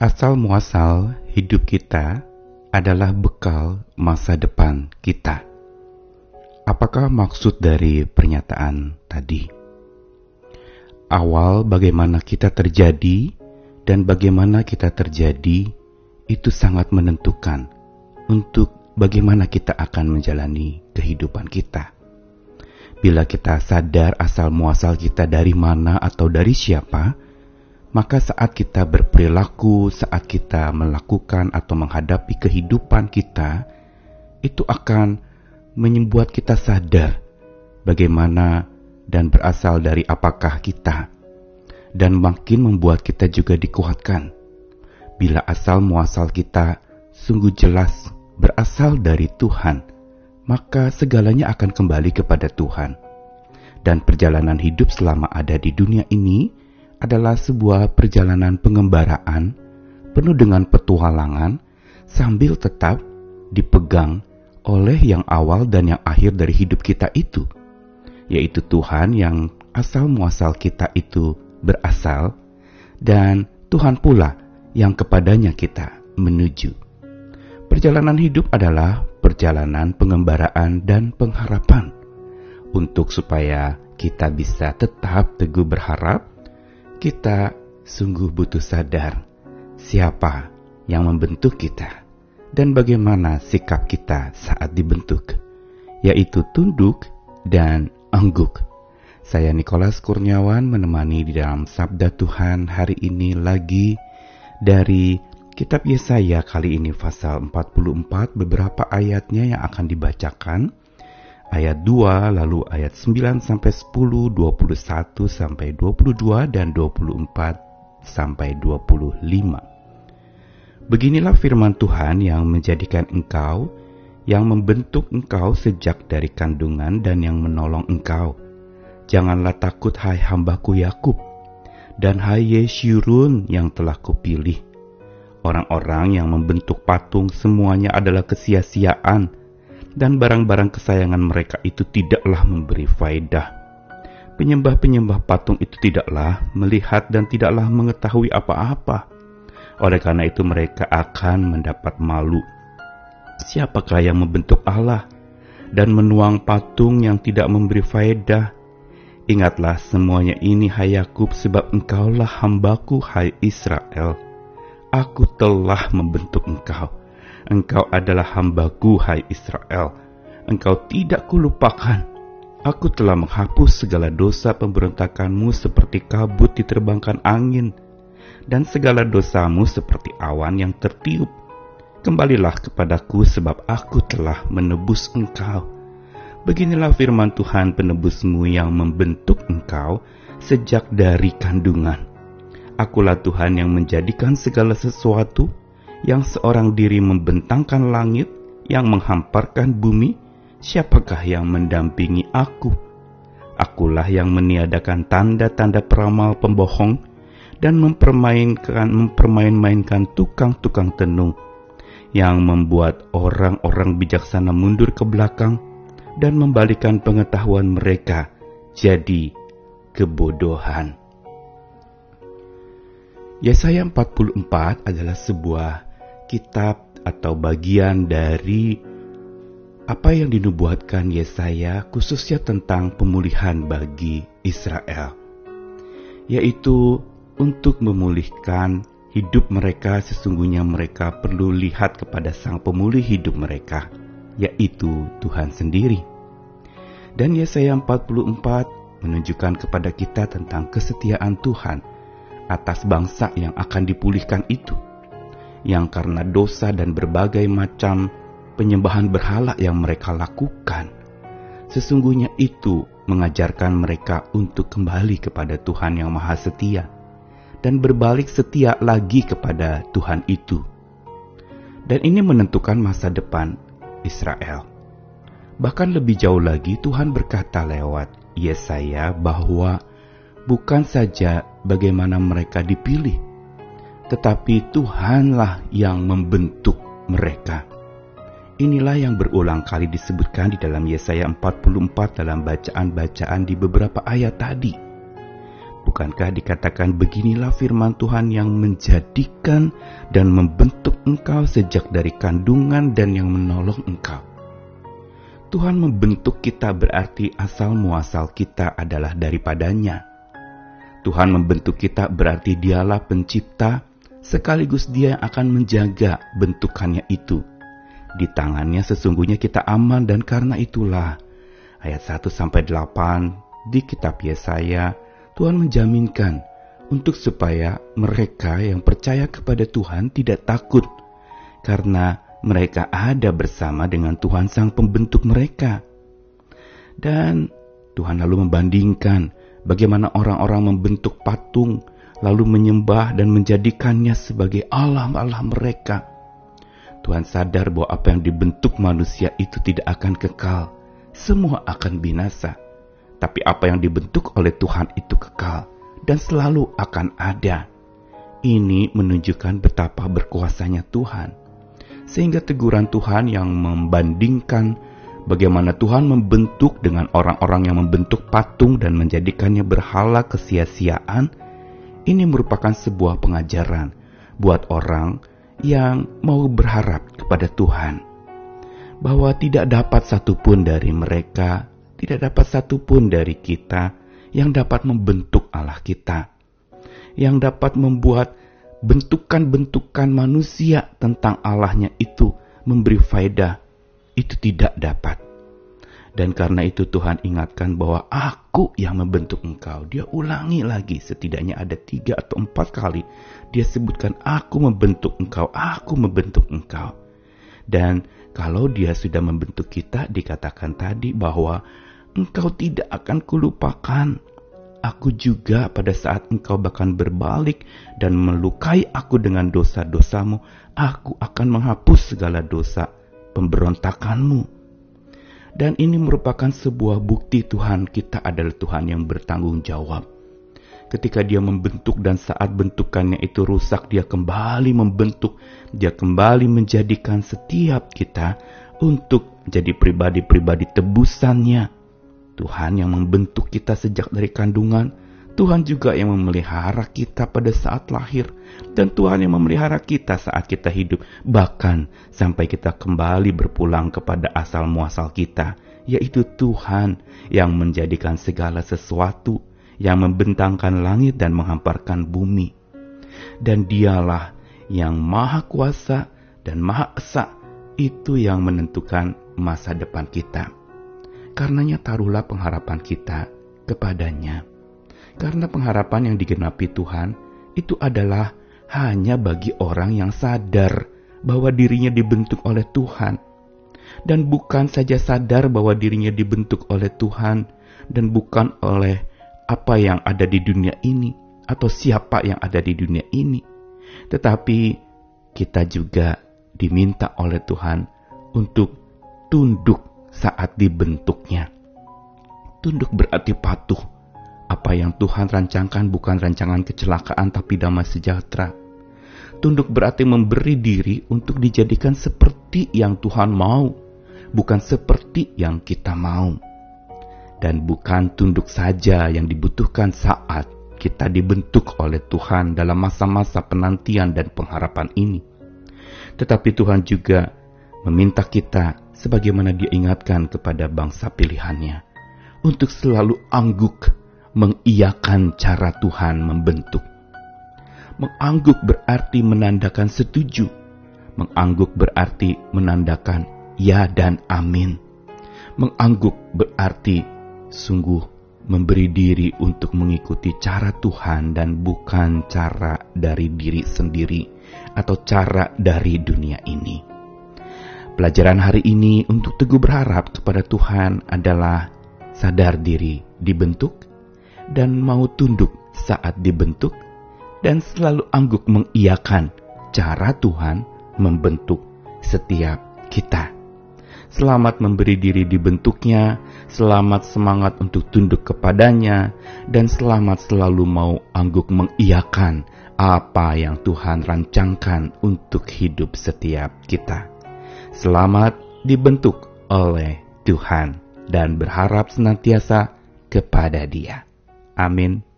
Asal muasal hidup kita adalah bekal masa depan kita. Apakah maksud dari pernyataan tadi? Awal bagaimana kita terjadi dan bagaimana kita terjadi itu sangat menentukan untuk bagaimana kita akan menjalani kehidupan kita. Bila kita sadar asal muasal kita dari mana atau dari siapa, maka saat kita berperilaku, saat kita melakukan atau menghadapi kehidupan kita, itu akan membuat kita sadar bagaimana dan berasal dari apakah kita, dan makin membuat kita juga dikuatkan. Bila asal muasal kita sungguh jelas berasal dari Tuhan, maka segalanya akan kembali kepada Tuhan. Dan perjalanan hidup selama ada di dunia ini adalah sebuah perjalanan pengembaraan penuh dengan petualangan sambil tetap dipegang oleh yang awal dan yang akhir dari hidup kita itu, yaitu Tuhan yang asal muasal kita itu berasal, dan Tuhan pula yang kepadanya kita menuju. Perjalanan hidup adalah perjalanan pengembaraan dan pengharapan. Untuk supaya kita bisa tetap teguh berharap, kita sungguh butuh sadar siapa yang membentuk kita dan bagaimana sikap kita saat dibentuk, yaitu tunduk dan angguk. Saya Nikolas Kurniawan menemani di dalam Sabda Tuhan hari ini lagi dari Kitab Yesaya, kali ini pasal 44, beberapa ayatnya yang akan dibacakan. Ayat 2, lalu ayat 9 sampai 10, 21 sampai 22 dan 24 sampai 25. Beginilah firman Tuhan yang menjadikan engkau, yang membentuk engkau sejak dari kandungan dan yang menolong engkau. Janganlah takut, hai hambaku Yakub, dan hai Yeshurun yang telah kupilih. Orang-orang yang membentuk patung semuanya adalah kesia-siaan, dan barang-barang kesayangan mereka itu tidaklah memberi faedah. Penyembah-penyembah patung itu tidaklah melihat dan tidaklah mengetahui apa-apa. Oleh karena itu mereka akan mendapat malu. Siapakah yang membentuk Allah dan menuang patung yang tidak memberi faedah? Ingatlah semuanya ini, hai Yakub, sebab engkaulah hambaku, hai Israel. Aku telah membentuk engkau. Engkau adalah hambaku, hai Israel. Engkau tidak kulupakan. Aku telah menghapus segala dosa pemberontakanmu seperti kabut diterbangkan angin, dan segala dosamu seperti awan yang tertiup. Kembalilah kepadaku, sebab aku telah menebus engkau. Beginilah firman Tuhan penebusmu yang membentuk engkau sejak dari kandungan. Akulah Tuhan yang menjadikan segala sesuatu, yang seorang diri membentangkan langit, yang menghamparkan bumi. Siapakah yang mendampingi aku? Akulah yang meniadakan tanda-tanda peramal pembohong dan mempermain-mainkan tukang-tukang tenung, yang membuat orang-orang bijaksana mundur ke belakang dan membalikan pengetahuan mereka jadi kebodohan. Yesaya 44 adalah sebuah kitab atau bagian dari apa yang dinubuatkan Yesaya khususnya tentang pemulihan bagi Israel, yaitu untuk memulihkan hidup mereka. Sesungguhnya mereka perlu lihat kepada Sang Pemulih hidup mereka, yaitu Tuhan sendiri. Dan Yesaya 44 menunjukkan kepada kita tentang kesetiaan Tuhan atas bangsa yang akan dipulihkan itu, yang karena dosa dan berbagai macam penyembahan berhala yang mereka lakukan, sesungguhnya itu mengajarkan mereka untuk kembali kepada Tuhan yang Maha Setia dan berbalik setia lagi kepada Tuhan itu. Dan ini menentukan masa depan Israel. Bahkan lebih jauh lagi, Tuhan berkata lewat Yesaya bahwa bukan saja bagaimana mereka dipilih, tetapi Tuhanlah yang membentuk mereka. Inilah yang berulang kali disebutkan di dalam Yesaya 44 dalam bacaan-bacaan di beberapa ayat tadi. Bukankah dikatakan beginilah firman Tuhan yang menjadikan dan membentuk engkau sejak dari kandungan dan yang menolong engkau. Tuhan membentuk kita berarti asal muasal kita adalah daripadanya. Tuhan membentuk kita berarti Dialah pencipta, sekaligus Dia yang akan menjaga bentukannya itu. Di tangannya sesungguhnya kita aman, dan karena itulah ayat 1-8 di kitab Yesaya, Tuhan menjaminkan untuk supaya mereka yang percaya kepada Tuhan tidak takut, karena mereka ada bersama dengan Tuhan Sang Pembentuk mereka. Dan Tuhan lalu membandingkan bagaimana orang-orang membentuk patung, lalu menyembah dan menjadikannya sebagai Allah-Allah mereka. Tuhan sadar bahwa apa yang dibentuk manusia itu tidak akan kekal, semua akan binasa. Tapi apa yang dibentuk oleh Tuhan itu kekal dan selalu akan ada. Ini menunjukkan betapa berkuasanya Tuhan. Sehingga teguran Tuhan yang membandingkan bagaimana Tuhan membentuk dengan orang-orang yang membentuk patung dan menjadikannya berhala kesia-siaan, ini merupakan sebuah pengajaran buat orang yang mau berharap kepada Tuhan, bahwa tidak dapat satupun dari mereka, tidak dapat satupun dari kita yang dapat membentuk Allah kita, yang dapat membuat bentukan-bentukan manusia tentang Allahnya itu memberi faedah. Itu tidak dapat. Dan karena itu Tuhan ingatkan bahwa aku yang membentuk engkau. Dia ulangi lagi, setidaknya ada 3 atau 4 kali dia sebutkan aku membentuk engkau, aku membentuk engkau. Dan kalau dia sudah membentuk kita, dikatakan tadi bahwa engkau tidak akan kulupakan. Aku juga pada saat engkau bahkan berbalik dan melukai aku dengan dosa-dosamu, aku akan menghapus segala dosa pemberontakanmu. Dan ini merupakan sebuah bukti Tuhan kita adalah Tuhan yang bertanggung jawab. Ketika Dia membentuk dan saat bentukannya itu rusak, Dia kembali membentuk, Dia kembali menjadikan setiap kita untuk jadi pribadi-pribadi tebusannya. Tuhan yang membentuk kita sejak dari kandungan, Tuhan juga yang memelihara kita pada saat lahir, dan Tuhan yang memelihara kita saat kita hidup, bahkan sampai kita kembali berpulang kepada asal muasal kita, yaitu Tuhan yang menjadikan segala sesuatu, yang membentangkan langit dan menghamparkan bumi. Dan Dialah yang Maha Kuasa dan Maha Esa, itu yang menentukan masa depan kita. Karenanya taruhlah pengharapan kita kepadanya. Karena pengharapan yang digenapi Tuhan itu adalah hanya bagi orang yang sadar bahwa dirinya dibentuk oleh Tuhan. Dan bukan saja sadar bahwa dirinya dibentuk oleh Tuhan, dan bukan oleh apa yang ada di dunia ini atau siapa yang ada di dunia ini. Tetapi kita juga diminta oleh Tuhan untuk tunduk saat dibentuknya. Tunduk berarti patuh. Apa yang Tuhan rancangkan bukan rancangan kecelakaan tapi damai sejahtera. Tunduk berarti memberi diri untuk dijadikan seperti yang Tuhan mau, bukan seperti yang kita mau. Dan bukan tunduk saja yang dibutuhkan saat kita dibentuk oleh Tuhan dalam masa-masa penantian dan pengharapan ini. Tetapi Tuhan juga meminta kita, sebagaimana Dia ingatkan kepada bangsa pilihannya, untuk selalu angguk mengiyakan cara Tuhan membentuk. Mengangguk berarti menandakan setuju. Mengangguk berarti menandakan ya dan amin. Mengangguk berarti sungguh memberi diri untuk mengikuti cara Tuhan dan bukan cara dari diri sendiri atau cara dari dunia ini. Pelajaran hari ini untuk teguh berharap kepada Tuhan adalah sadar diri dibentuk dan mau tunduk saat dibentuk, dan selalu angguk mengiyakan cara Tuhan membentuk setiap kita. Selamat memberi diri dibentuknya, selamat semangat untuk tunduk kepadanya, dan selamat selalu mau angguk mengiyakan apa yang Tuhan rancangkan untuk hidup setiap kita. Selamat dibentuk oleh Tuhan dan berharap senantiasa kepada Dia. Amin.